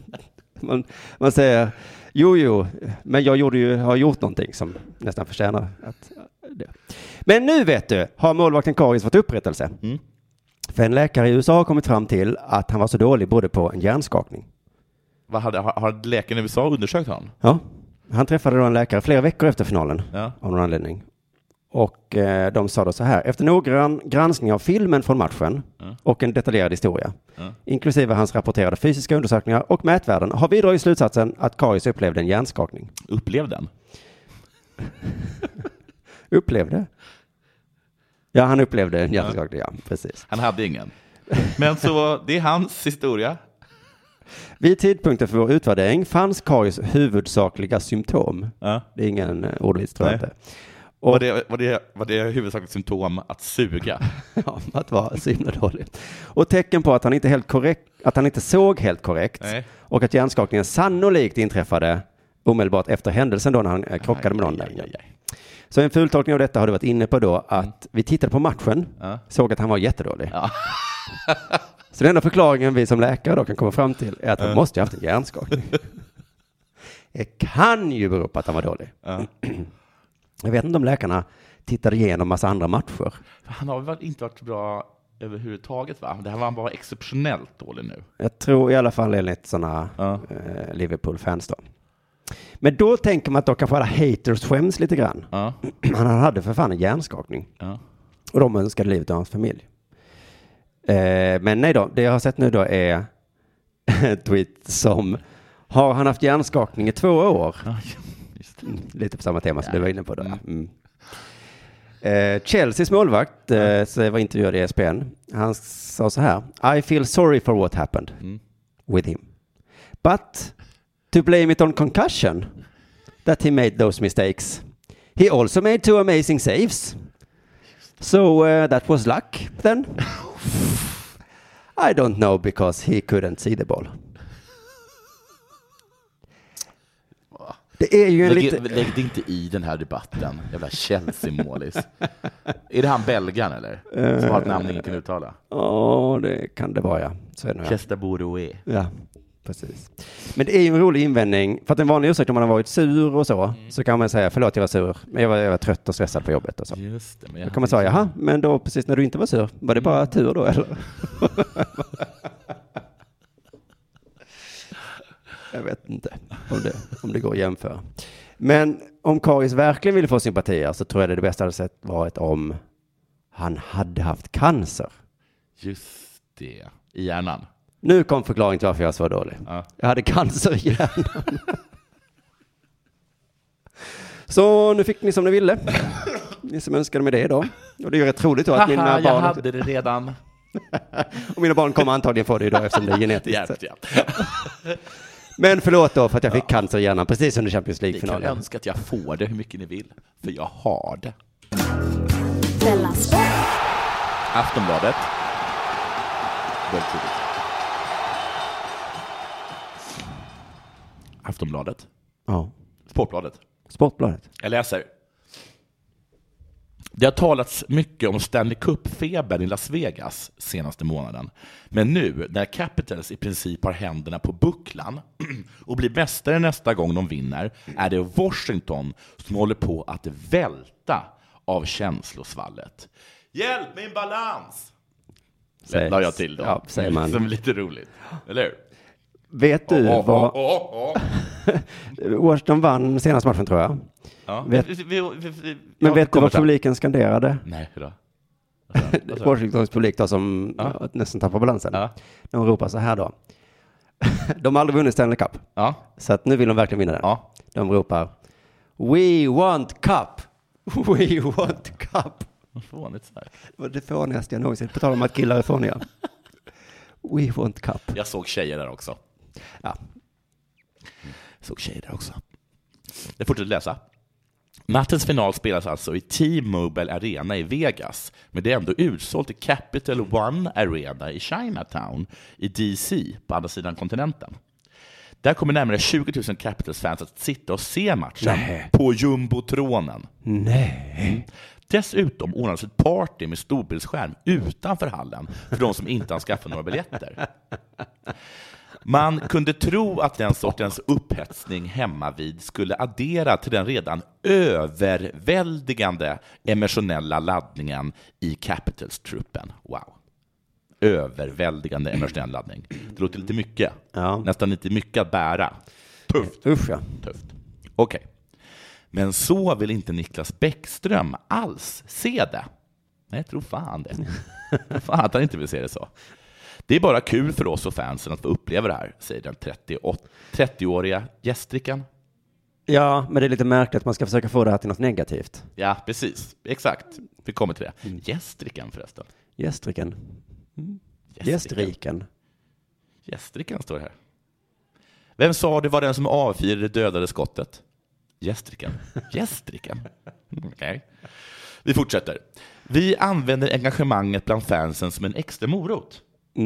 Man säger, jo, men jag har gjort någonting som nästan förtjänar att det. Men nu vet du, har målvakten Karius fått upprättelse. För en läkare i USA har kommit fram till att han var så dålig både på en hjärnskakning. Har läkaren i USA undersökt honom? Ja, han träffade då en läkare flera veckor efter finalen av någon anledning. Och de sa då så här, efter noggrann granskning av filmen från matchen och en detaljerad historia, inklusive hans rapporterade fysiska undersökningar och mätvärden, har vi dragit slutsatsen att Karius upplevde en hjärnskakning. Upplevde den? Upplevde? Ja, han upplevde en hjärnskakning, ja, precis. Han hade ingen. Men så, det är hans historia. Vid tidpunkten för vår utvärdering fanns Karius huvudsakliga symptom. Det är ingen ordvits, tror jag inte. Var det huvudsakligt symptom att suga? Ja, att vara så himla dåligt. Och tecken på att han inte såg helt korrekt. Nej. Och att hjärnskakningen sannolikt inträffade omedelbart efter händelsen då när han krockade med någon där. Så en fultolkning av detta har du varit inne på då, att vi tittade på matchen, såg att han var jättedålig. Ja. Så den enda förklaringen vi som läkare då kan komma fram till är att han måste ha haft en hjärnskakning. Det kan ju bero på att han var dålig. Jag vet inte om läkarna tittade igenom massa andra matcher. Han har väl inte varit bra överhuvudtaget, va? Det här var han bara exceptionellt dålig nu. Jag tror i alla fall enligt sådana Liverpool-fans då. Men då tänker man att då kanske alla haters skäms lite grann. Han hade för fan en hjärnskakning. Och de önskade livet av hans familj. Men nej då, det jag har sett nu då är en tweet som har han haft hjärnskakning i 2 år. Lite på samma tema som du var inne på då. Chelseas målvakt var intervjuad i ESPN. Han sa så här: I feel sorry for what happened with him. But to blame it on concussion that he made those mistakes. He also made 2 amazing saves. So that was luck then. I don't know because he couldn't see the ball. Det är ju lägg det inte i den här debatten. Jävla Chelsea-målis. Är det han belgaren eller? Som har ett namn ingen kan uttala? Ja, det kan det vara, ja. Så är det nog. Chester Boroué. Ja, precis. Men det är ju en rolig invändning. För att en vanlig ursäkt om man har varit sur och så kan man säga, förlåt jag var sur. Men jag var trött och stressad på jobbet och så. Just det. Då kan man säga, jaha, men då precis när du inte var sur, var det bara tur då eller? Jag vet inte om det går att jämföra. Men om Karius verkligen ville få sympatier så tror jag det bästa hade varit om han hade haft cancer. Just det. I hjärnan. Nu kom förklaringen till varför jag var så dålig. Ja. Jag hade cancer i hjärnan. Så nu fick ni som ni ville. Ni som önskade mig det då. Och det är ju rätt roligt då att mina barn... jag hade det redan. Och mina barn kommer antagligen få det idag eftersom det är genetiskt. Men förlåt då för att jag fick cancer i hjärnan precis under Champions League-finalen. Ni kan önska att jag får det hur mycket ni vill. För jag har det. Aftonbladet. Väldigt tidigt. Aftonbladet. Ja. Sportbladet. Jag läser. Det har talats mycket om Stanley Cup-febern i Las Vegas senaste månaden. Men nu, när Capitals i princip har händerna på bucklan och blir mästare nästa gång de vinner, är det Washington som håller på att välta av känslosvallet. Hjälp, min balans! La jag till då. Ja, säger man. Som är lite roligt. Eller hur? Vet du vad... Washington vann senaste matchen tror jag. Ja. Men vet du vad publiken skanderade? Nej, hur då? Washingtons publik då som nästan tappar balansen. Ja. De ropar så här då. De har aldrig vunnit Stanley Cup. Ja. Så att nu vill de verkligen vinna den. Ja. De ropar We want cup! We want cup! Fånigt så här. Det var det fånigaste jag någonsin. På tal om att killar är fåniga. We want cup. Jag såg tjejer där också. Ja. Jag fortsätter läsa. Nattens final spelas alltså i T-Mobile Arena i Vegas, men det är ändå utsålt i Capital One Arena i Chinatown i DC på andra sidan kontinenten. Där kommer närmare 20 000 Capitals-fans att sitta och se matchen på jumbotronen. Nej. Dessutom ordnas ett party med storbildsskärm utanför hallen för de som inte har skaffat några biljetter. Man kunde tro att den sortens upphetsning hemma vid skulle addera till den redan överväldigande emotionella laddningen i Capitals-truppen. Wow. Överväldigande emotionell laddning. Det låter lite mycket. Ja. Nästan lite mycket att bära. Tufft. Usch, ja. Tufft. Okej. Men så vill inte Niklas Bäckström alls se det. Nej, jag tror fan det. Fan att han inte vill se det så. Det är bara kul för oss och fansen att få uppleva det här, säger den 30-åriga gästrikan. Ja, men det är lite märkligt att man ska försöka få det här till något negativt. Ja, precis. Exakt. Vi kommer till det. Gästrikan förresten. Gästriken. Gästriken. Gästrikan står här. Vem sa det var den som avfyrade det dödade skottet? Gästriken. Okay. Vi fortsätter. Vi använder engagemanget bland fansen som en extra morot.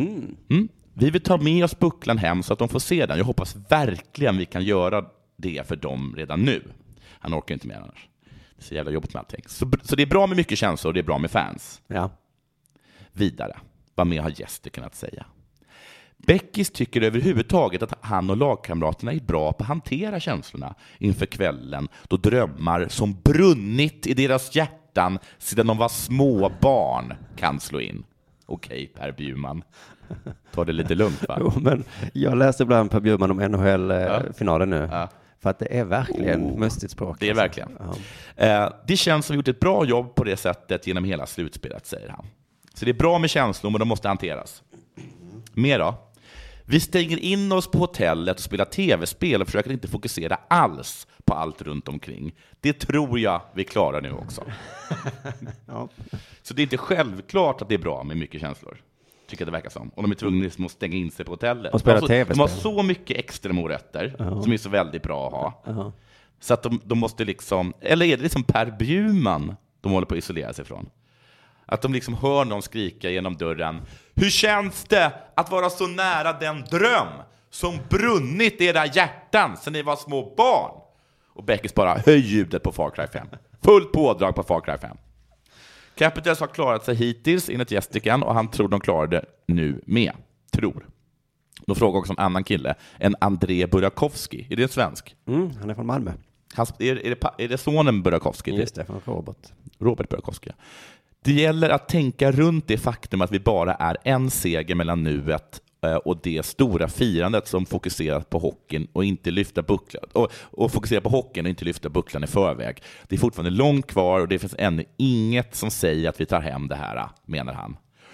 Vi vill ta med oss bucklan hem så att de får se den. Jag hoppas verkligen vi kan göra det för dem redan nu. Han orkar inte mer annars. Det är så jävla jobbigt med allting. Så det är bra med mycket känslor och det är bra med fans. Ja. Vidare. Vad mer har Gästriken att säga? Beckis tycker överhuvudtaget att han och lagkamraterna är bra på att hantera känslorna inför kvällen då drömmar som brunnit i deras hjärtan sedan de var små barn kan slå in. Okej, Per Bjurman. Ta det lite lugnt, va? Jo, men jag läste ibland Per Bjurman om NHL-finalen nu. Ja. För att det är verkligen mustigt språk. Det är verkligen. Det känns som vi gjort ett bra jobb på det sättet genom hela slutspelet, säger han. Så det är bra med känslor, men de måste hanteras. Mer då? Vi stänger in oss på hotellet och spelar tv-spel och försöker inte fokusera alls på allt runt omkring. Det tror jag vi klarar nu också. Ja. Så det är inte självklart att det är bra med mycket känslor. Tycker jag det verkar som. Och de är tvungna att stänga in sig på hotellet. Och spela tv-spel. De har så mycket extra morötter som är så väldigt bra att ha. Så att de måste liksom... Eller är det liksom Per Bjurman de håller på att isolera sig från? Att de liksom hör någon skrika genom dörren. Hur känns det att vara så nära den dröm som brunnit i era hjärtan sedan ni var små barn? Och Beckis bara höj ljudet på Far Cry 5. Fullt pådrag på Far Cry 5. Capitals har klarat sig hittills enligt Gästriken och han tror de klarar det nu med. Tror. De frågar också om en annan kille. En André Burakovsky. Är det svensk? Han är från Malmö. Är det sonen Burakovsky? Just det, från Robert Burakovsky. Det gäller att tänka runt det faktum att vi bara är en seger mellan nuet och det stora firandet som fokuserar på hockeyn och inte lyfta bucklan och fokuserar på hockeyn och inte lyfta bucklan i förväg. Det är fortfarande långt kvar och det finns ännu inget som säger att vi tar hem det här, menar han.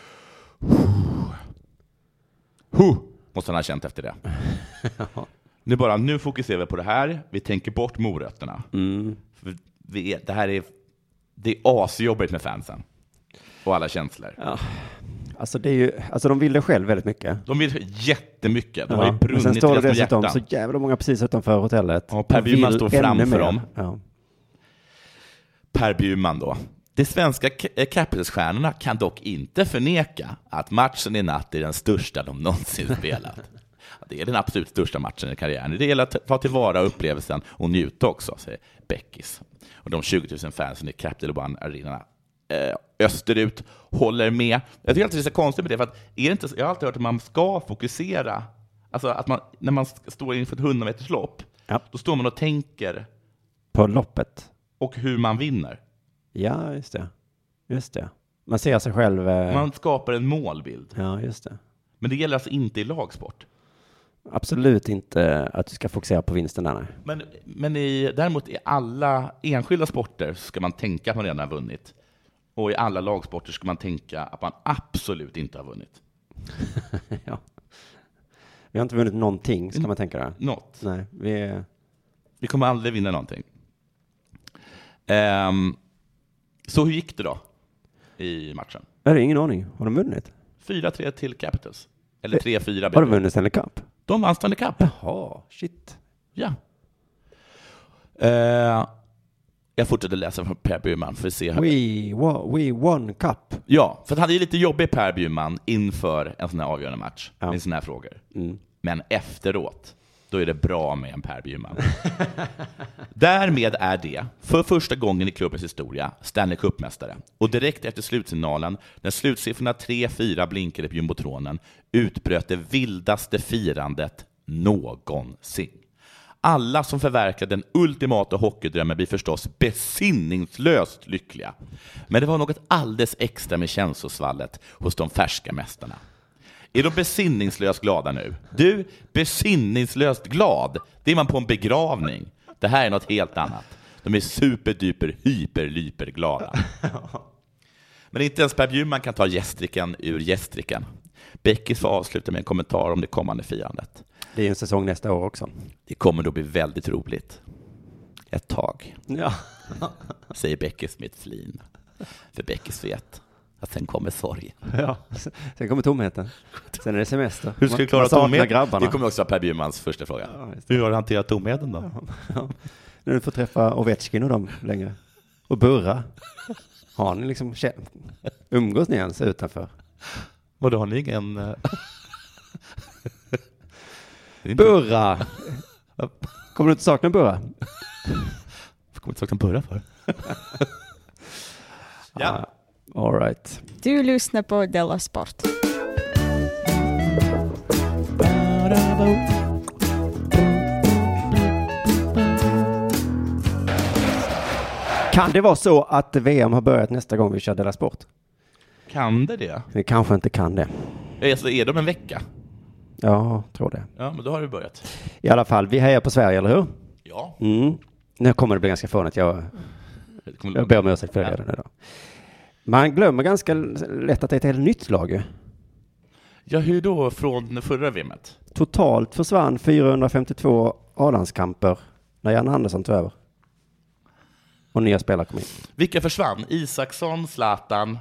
Måste han ha känt efter det. Nu fokuserar vi på det här. Vi tänker bort morötterna. För det är asjobbigt med fansen. Och alla känslor. Ja. Alltså de vill det själv väldigt mycket. De vill jättemycket. De har ju brunnit. Men sen står det dessutom så jävla många precis utanför hotellet. Och Per Bjurman står framför dem. Ja. Per Bjurman då. De svenska Capitals-stjärnorna kan dock inte förneka att matchen i natt är den största de någonsin spelat. Det är den absolut största matchen i karriären. Det gäller att ta tillvara upplevelsen och njuta också, säger Beckis. Och de 20 000 fansen i Capital One Arena österut håller med. Jag tycker alltid det är så konstigt med det, för att är det inte, jag har alltid hört att man ska fokusera, alltså att man, när man står inför ett 100-meterslopp, då står man och tänker på loppet och hur man vinner. Ja, just det. Man ser sig själv. Man skapar en målbild. Ja, just det. Men det gäller alltså inte i lagsport. Absolut inte att du ska fokusera på vinsten där. Men däremot i alla enskilda sporter ska man tänka att man redan har vunnit. Och i alla lagsporter ska man tänka att man absolut inte har vunnit. Ja. Vi har inte vunnit någonting, ska man tänka där. Något. Nej, vi kommer aldrig vinna någonting. Så hur gick det då i matchen? Jag har ingen aning. Har de vunnit? 4-3 till Capitals. Eller 3-4. Har de vunnit Stanley Cup? De vann Stanley Cup. Jaha, shit. Ja. Jag fortsätter läsa från Per Bjurman för att se. We won cup. Ja, för han är lite jobbig, Per Bjurman, inför en sån här avgörande match med såna här frågor. Men efteråt, då är det bra med en Per Bjurman. Därmed är det, för första gången i klubbens historia, Stanley Cup-mästare. Och direkt efter slutsignalen, när slutsiffrorna 3-4 blinkade på jumbotronen, utbröt det vildaste firandet någonsin. Alla som förverkade den ultimata hockeydrömmen blir förstås besinningslöst lyckliga. Men det var något alldeles extra med känslosvallet hos de färska mästarna. Är de besinningslöst glada nu? Du, besinningslöst glad, det är man på en begravning. Det här är något helt annat. De är superduper, hyperlyper glada. Men inte ens Per Bjurman kan ta Gästriken ur Gästriken. Beckis får avsluta med en kommentar om det kommande firandet. Det är en säsong nästa år också. Det kommer då bli väldigt roligt. Ett tag. Ja. Säger Beckis med ett flin. För Beckis vet att sen kommer sorg. Ja, sen kommer tomheten. Sen är det semester. Hur ska du klara tomheten? Det kommer också vara Per Bjurmans första fråga. Ja, hur har du hanterat tomheten då? Ja. När du får träffa Ovechkin och dem längre. Och Burra. Har ni liksom umgås ni ens utanför? Vadå, har ni ingen... Burra! Kommer du inte sakna Burra? Jag kommer inte sakna Burra för. Ja. All right. Du lyssnar på Della Sport. Kan det vara så att VM har börjat nästa gång vi kör Della Sport? Kan det? Vi kanske inte kan det. Alltså, är de en vecka? Ja, tror det. Ja, men då har det börjat. I alla fall, vi hejar på Sverige, eller hur? Ja. Nu kommer det bli ganska fånigt. Jag ber om ursäkt för det redan idag. Man glömmer ganska lätt att det är ett helt nytt lag. Ja, hur då från förra VMet? Totalt försvann 452 A-landskamper när Jan Andersson tog över. Och nya spelare kom in. Vilka försvann? Isaksson, Zlatan?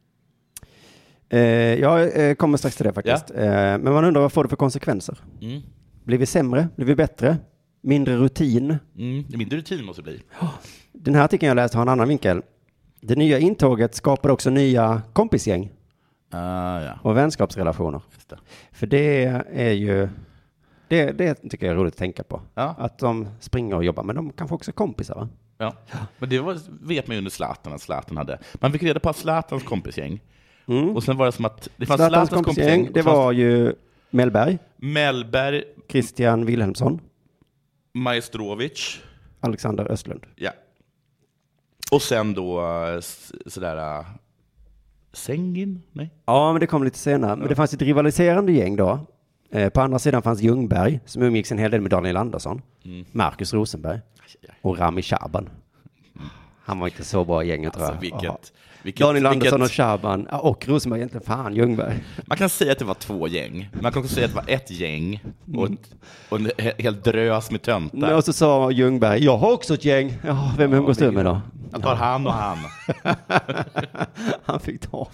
Jag kommer strax till det faktiskt. Ja. Men man undrar vad får det för konsekvenser? Blir vi sämre? Blir vi bättre? Mindre rutin? Mindre rutin måste det bli. Den här artikeln jag läste har en annan vinkel. Det nya intåget skapar också nya kompisgäng. Ja. Och vänskapsrelationer. Just det. För det är ju... Det tycker jag är roligt att tänka på. Ja. Att de springer och jobbar. Men de kanske också är kompisar, va? Ja. Men det vet man ju under Zlatan att Zlatan hade. Man fick reda på att Zlatans kompisgäng. Och sen var det som att det fanns Zlatans kompisgäng. Det var ju Mellberg, Christian Wilhelmsson, Majstrovic, Alexander Östlund. Ja. Och sen då sådär Sengin? Nej. Ja, men det kom lite senare. Men det fanns ett rivaliserande gäng då. På andra sidan fanns Ljungberg som umgicks en hel del med Daniel Andersson. Marcus Rosenberg och Rami Shaban. Han var inte så bra i gänget, tror jag. Daniel Andersson och Shaban och Rosenberg egentligen. Fan, Ljungberg. Man kan säga att det var 2 gäng. Man kan också säga att det var ett gäng och en hel drös med töntar. Och så sa Ljungberg, jag har också ett gäng. Ja, vem umgås du med då? Jag tar han och han. Han fick ta.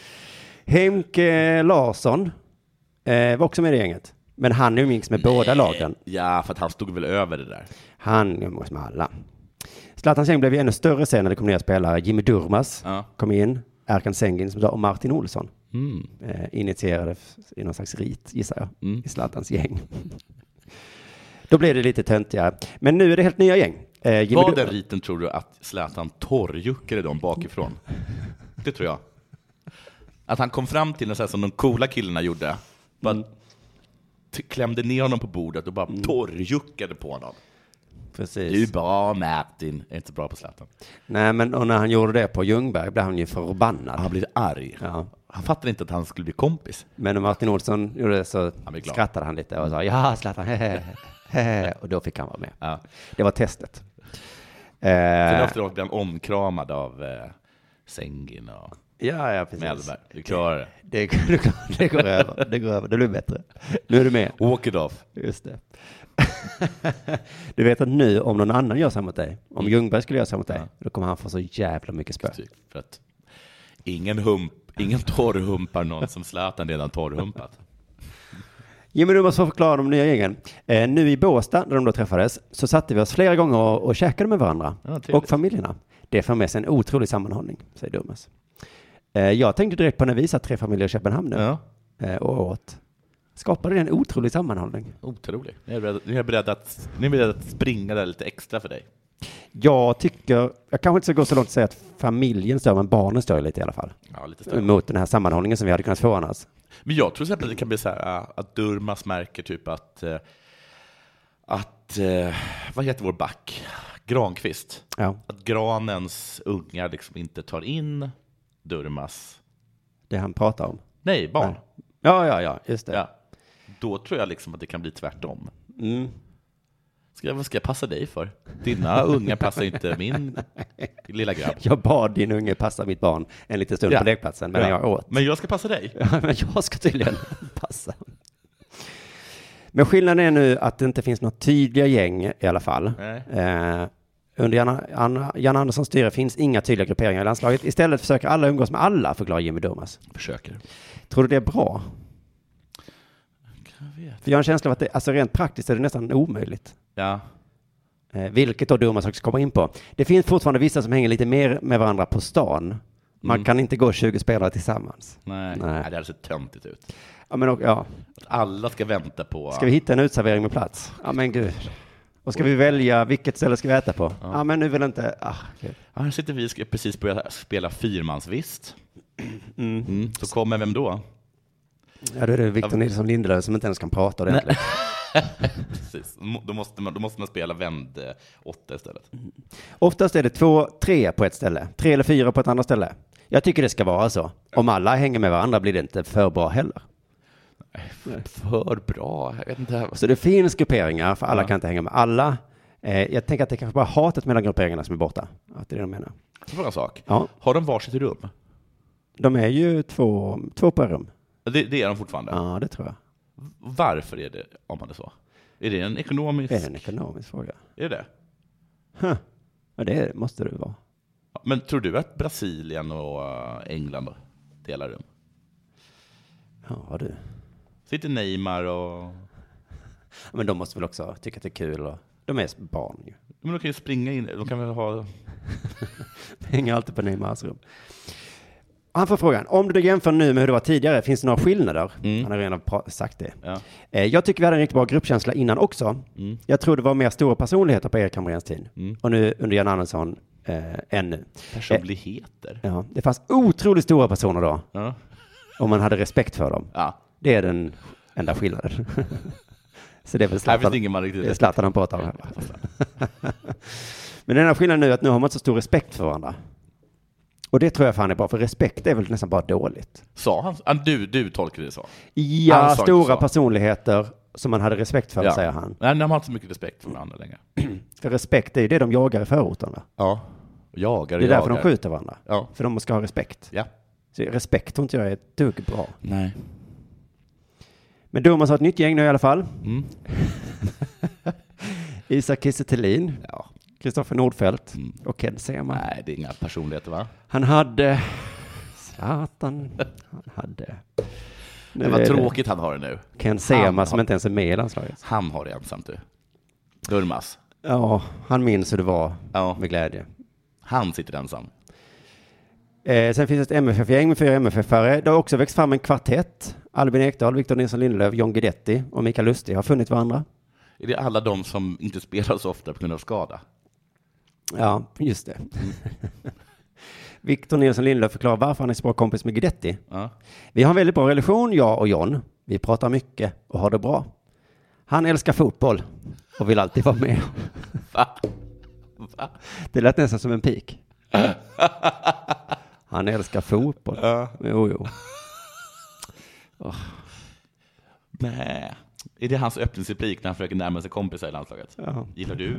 Henke Larsson var också med i gänget. Men han umgicks med båda lagen. Ja, för att han stod väl över det där. Han umgås med alla. Zlatans gäng blev ju ännu större sen när det kom nya spelare. Jimmy Durmaz kom in. Erkan Sengin och Martin Olsson. Initierade i någon slags rit, gissar jag, i Zlatans gäng. Då blev det lite töntigare. Men nu är det helt nya gäng. Var den riten, tror du, att Zlatan torrjuckade dem bakifrån? Det tror jag. Att han kom fram till något som de coola killarna gjorde. Bara klämde ner honom på bordet och bara torrjuckade på honom. Precis. Du är bra, Martin. Jag är inte bra på Zlatan. Nej, men och när han gjorde det på Ljungberg blev han ju förbannad. Han blev arg. Ja. Han fattade inte att han skulle bli kompis. Men när Martin Olsson gjorde det så skrattade han lite och sa ja, Zlatan, hehehe. Och då fick han vara med. Ja. Det var testet. Sen efteråt blev han omkramad av Sengin och precis. Mellberg. Du klarar det. Det går över. Det går över. Det blir bättre. Nu är du med. Walk it off. Just det. Du vet att nu, om någon annan gör så mot dig, om Ljungberg skulle göra så mot dig, då kommer han få så jävla mycket spö. För att ingen torrhumpar någon som Zlatan redan torrhumpat. Jimmy, du måste få förklara de nya gängen. Nu i Båstad, där de då träffades, så satte vi oss flera gånger och käkade med varandra. Och familjerna. Det för med sig en otrolig sammanhållning, säger Durmaz. Jag tänkte direkt på när vi satt 3 familjer i Köpenhamn nu. Och åt. Skapade det en otrolig sammanhållning? Otrolig. Ni är beredda att springa där lite extra för dig. Jag kanske inte ska gå så långt att säga att familjen stör, men barnen stör lite i alla fall. Ja, lite större. Mot den här sammanhållningen som vi hade kunnat få annars. Men jag tror att det kan bli så här att Durmaz märker typ att vad heter vår back? Granqvist. Ja. Att Granens ungar liksom inte tar in Durmaz. Det han pratar om? Nej, barn. Nej. Ja, just det. Ja. Då tror jag liksom att det kan bli tvärtom. Vad ska jag passa dig för? Dina unga passar inte min lilla grabb. Jag bad din unge passa mitt barn en liten stund på lekplatsen medan jag åt. Men jag ska passa dig. Ja, men jag ska tydligen passa. Men skillnaden är nu att det inte finns något tydliga gäng i alla fall. Under Jan Anderssons styre finns inga tydliga grupperingar i landslaget. Istället försöker alla umgås med alla, förklarar Jimmy Durmaz. Försöker. Tror du det är bra? För jag har en känsla av att rent praktiskt är det nästan omöjligt. Ja. Vilket då Durmaz också kommer in på. Det finns fortfarande vissa som hänger lite mer med varandra på stan. Man kan inte gå 20 spelare tillsammans. Nej. Det hade sett töntigt ut. Ja, men ja. Att alla ska vänta på... Ska vi hitta en utservering med plats? Ja, men gud. Och ska vi välja vilket ställe ska vi äta på? Ja, men nu vill inte... Här sitter vi och ska precis börja spela fyrmansvist. Så kommer vem då? Ja, då är det Victor Nilsson Lindelöf som inte ens kan prata ordentligt. Precis. Då måste man spela vänd 8 istället. Oftast är det 2-3 på ett ställe. 3 eller 4 på ett annat ställe. Jag tycker det ska vara så. Om alla hänger med varandra blir det inte för bra heller. För bra? Jag vet inte. Så det finns grupperingar, för alla kan inte hänga med alla. Jag tänker att det kanske bara hatet mellan grupperingarna som är borta. Att det är det de menar. För en sak. Ja. Har de varsitt rum? De är ju två på rum. Det är de fortfarande? Ja, det tror jag. Varför är det, om man är så? Är det en ekonomisk... Det är en ekonomisk fråga. Är det? Ja, det måste det vara. Men tror du att Brasilien och England delar rum? Ja, du. Sitter Neymar och... Men de måste väl också tycka att det är kul. Och... De är barn ju. Men de kan ju springa in. De kan väl ha... Hänger alltid på Neymars rum. Han får frågan, om du jämför nu med hur det var tidigare, finns det några skillnader? Han har redan sagt det. Ja. Jag tycker vi hade en riktigt bra gruppkänsla innan också. Jag tror det var mer stora personligheter på Erik Hamréns tid. Och nu under Jan Andersson ännu. Personligheter? Ja, det fanns otroligt stora personer då. Ja. Om man hade respekt för dem. Ja. Det är den enda skillnaden. Så det är väl Zlatan han pratar om här. Men den här skillnaden nu är att nu har man inte så stor respekt för varandra. Och det tror jag fan är bra, för respekt är väl nästan bara dåligt. Sa han? Du tolkar det så? Ja, stora personligheter som man hade respekt för, säger han. Nej, de har inte så mycket respekt för varandra längre. För respekt är ju det de jagar i förorterna. Ja, jagar. Det är därför de skjuter varandra. Ja. För de ska ha respekt. Ja. Så respekt tror inte jag är ett dugg bra. Nej. Men Durmaz har ett nytt gäng nu i alla fall. Isak Kiese Thelin. Ja. Kristoffer Nordfeldt och Ken Sema. Nej, det är inga personligheter, va? Han hade Zlatan. Han hade... Det var tråkigt han har det nu. Ken Sema som inte ens är med i landslaget. Han har det ensamt, du. Durmaz. Ja, han minns hur det var med glädje. Han sitter ensam. Sen finns det ett MFF-gäng med 4 MFF-are. Det har också växt fram en kvartett. Albin Ekdal, Victor Nilsson Lindelöf, John Guidetti och Mikael Lustig har funnit varandra. Är det alla de som inte spelar så ofta på grund av skada? Ja, just det. Victor Nilsson Lindelöf förklarar varför han är så bra kompis med Guidetti. Ja. Vi har en väldigt bra relation, jag och John. Vi pratar mycket och har det bra. Han älskar fotboll och vill alltid vara med. Va? Det lät nästan som en pik. Han älskar fotboll. Jo. Oh. Nej. Är det hans öppningsreplik när han försöker närma sig kompisar i landslaget? Ja. Gillar du...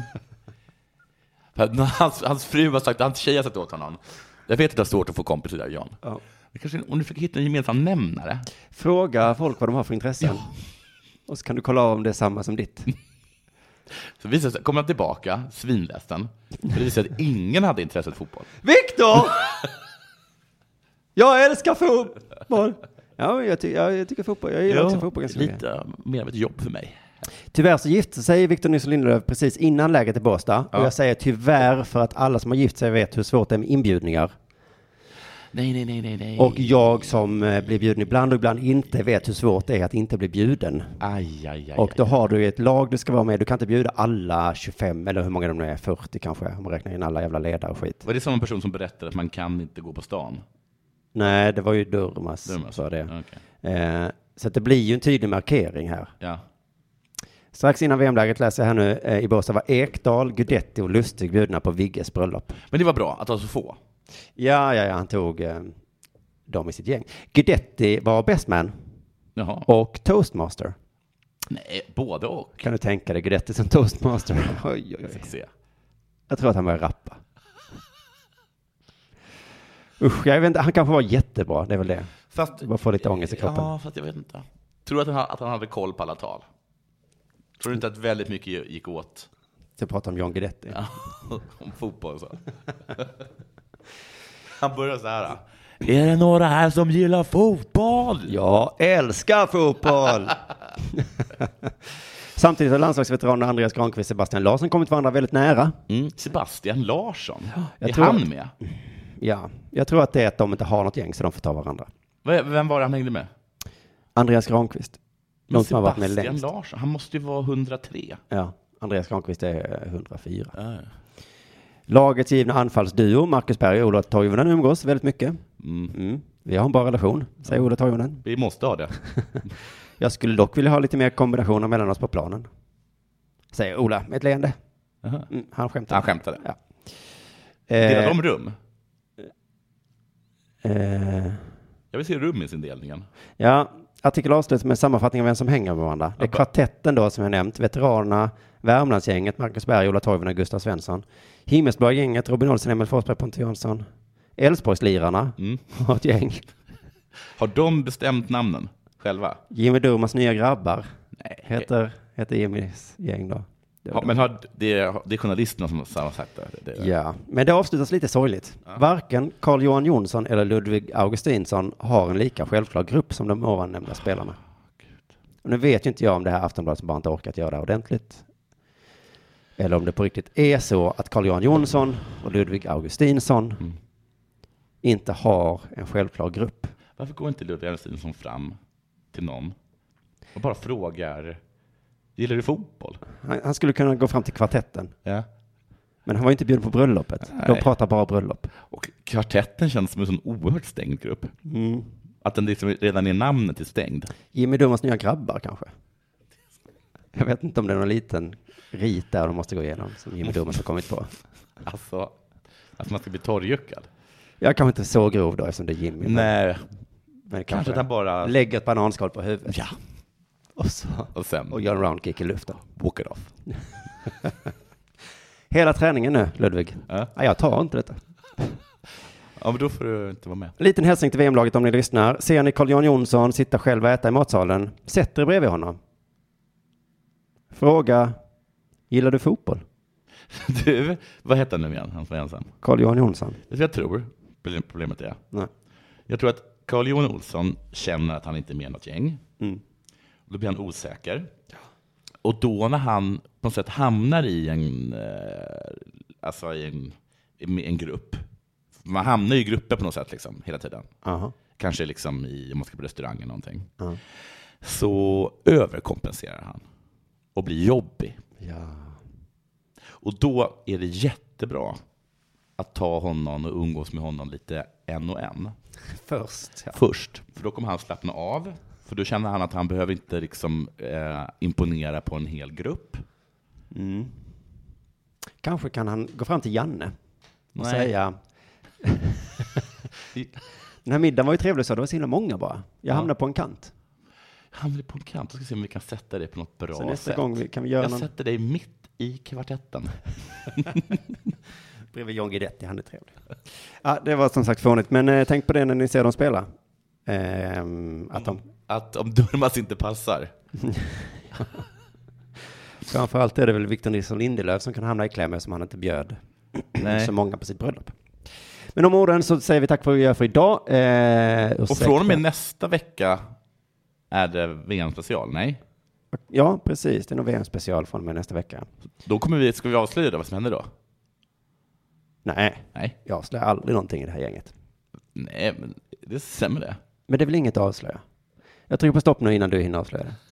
Hans fru har sagt, hans tjej har sagt åt honom. Jag vet att det är svårt att få kompisar där, John. Ja. Kanske, om du fick hitta en gemensam nämnare. Fråga folk vad de har för intressen. Ja. Och så kan du kolla om det är samma som ditt. Så visar sig, kommer han tillbaka, svinlästen. För det visar att ingen hade intresse för fotboll. Viktor! Jag älskar fotboll! Ja, jag tycker fotboll. Jag gillar också fotboll ganska mycket. Lite mer av ett jobb för mig. Tyvärr så gifte sig Victor Nilsson Lindelöf precis innan läget i Båstad. Ja. Och jag säger tyvärr för att alla som har gift sig vet hur svårt det är med inbjudningar. Nej. Och jag som blir bjuden ibland och ibland inte vet hur svårt det är att inte bli bjuden. Aj. Och då har du ett lag du ska vara med. Du kan inte bjuda alla 25 eller hur många de är, 40 kanske. Om man räknar in alla jävla ledare och skit. Var det samma person som berättade att man kan inte gå på stan? Nej, det var ju Durmaz. Sa det. Okay. Så att det blir ju en tydlig markering här. Ja. Strax innan VM-läget läser jag här nu i Båstad var Ekdal, Guidetti och Lustig bjudna på Vigges bröllop. Men det var bra att ha så få. Ja, han tog dem i sitt gäng. Guidetti var bestman och toastmaster. Nej, både och. Kan du tänka dig Guidetti som toastmaster? Oj. Jag tror att han börjar rappa. Usch, jag vet inte, han kanske var jättebra, det är väl det. Fast bara få lite ångest i kroppen. Ja, fast jag vet inte. Tror du att han hade koll på alla tal? Tror du inte att väldigt mycket gick åt? Jag pratar om John Guidetti. Ja, om fotboll så. Han börjar så här. Är det några här som gillar fotboll? Jag älskar fotboll! Samtidigt har landslagsveteranen Andreas Granqvist och Sebastian Larsson kommit varandra väldigt nära. Sebastian Larsson? Är tror han med? Ja, jag tror att det är att de inte har något gäng så de får ta varandra. Vem var det han hängde med? Andreas Granqvist. Men Sebastian Larsson, han måste ju vara 103. Ja, Andreas Granqvist är 104. Lagets givna anfallsduo, Marcus Berg och Ola Toivonen umgås väldigt mycket. Vi har en bra relation, säger Ola Toivonen. Vi måste ha det. Jag skulle dock vilja ha lite mer kombinationer mellan oss på planen. Säger Ola med ett leende. Han skämtade. Han skämtade. Ja. Delar de rum? Jag vill se ruminsindelningen. Ja, artikel avslutas med sammanfattning av vem som hänger med varandra. Det är kvartetten då som jag nämnt. Veteranerna, Värmlandsgänget, Marcus Berg, Ola Toivonen och Gustav Svensson. Himmelsblå-gänget, Robin Olsen, Emil Forsberg, Pontus Jansson. Älvsborgslirarna har ett gäng. Har de bestämt namnen själva? Jimmy Durmans nya grabbar. Nej. Heter Jimmys gäng då. Ja, men det är journalisterna som har sagt det. Ja, men det avslutas lite sorgligt. Ja. Varken Carl-Johan Jonsson eller Ludvig Augustinsson har en lika självklar grupp som de ovannämnda spelarna. Och nu vet ju inte jag om det här Aftonbladet som bara inte orkat göra det ordentligt. Eller om det på riktigt är så att Carl-Johan Jonsson och Ludvig Augustinsson inte har en självklar grupp. Varför går inte Ludvig Augustinsson fram till någon och bara frågar: gillar du fotboll? Han skulle kunna gå fram till kvartetten. Ja. Men han var inte bjuden på bröllopet. Nej. De pratar bara bröllop. Och kvartetten känns som en sån oerhört stängd grupp. Att den liksom redan i namnet är stängd. Jimmy Durmans nya grabbar kanske. Jag vet inte om det är någon liten rit där de måste gå igenom som Jimmy Durmans har kommit på. Alltså man ska bli torrjuckad. Jag kanske inte så grov då eftersom det är Jimmy. Nej. Men kanske att han bara lägger ett bananskal på huvudet. Ja. Och gör en roundkick i luften. Walk it off. Hela träningen nu, Ludvig. Nej, jag tar inte detta. Ja, men då får du inte vara med. Liten hälsning till VM-laget om ni lyssnar. Ser ni Carl-Johan Jonsson sitta själv och äta i matsalen? Sätt er bredvid honom. Fråga: gillar du fotboll? Du, vad heter han nu igen? Han som är ensam. Carl-Johan Jonsson. Det jag tror problemet är. Nej. Jag tror att Carl-Johan Olsson känner att han inte är med i något gäng. Då blir han osäker. Och då när han på något sätt hamnar i en grupp. Man hamnar i grupper på något sätt liksom, hela tiden. Kanske liksom om man ska på restaurang eller någonting. Så överkompenserar han. Och blir jobbig. Ja. Och då är det jättebra att ta honom och umgås med honom lite en och en. Först. För då kommer han slappna av. För då känner han att han behöver inte liksom, imponera på en hel grupp. Kanske kan han gå fram till Janne och säga: den här middagen var ju trevlig så, det var så himla många bara. Jag hamnade på en kant. Då ska vi se om vi kan sätta dig på något bra så nästa sätt. Gång kan vi göra jag sätter dig mitt i kvartetten. Bredvid John Guidetti, han är trevlig. Ja, det var som sagt fånigt, men tänk på det när ni ser dem spela. Att om Durmaz inte passar. Framförallt är det väl Victor Nilsson Lindelöf som kan hamna i kläm som han inte bjöd så många på sitt bröllop. Men om orden så säger vi tack för vad vi gör för idag. Och från och med nästa vecka är det VM-special, nej? Ja, precis. Det är nog VM-special från och med nästa vecka. Då ska vi avslöja det, vad som händer då? Nej. Jag avslöjar aldrig någonting i det här gänget. Nej, men det stämmer det. Men det är väl inget att avslöja? Jag trycker på stopp nu innan du hinner avslöja det.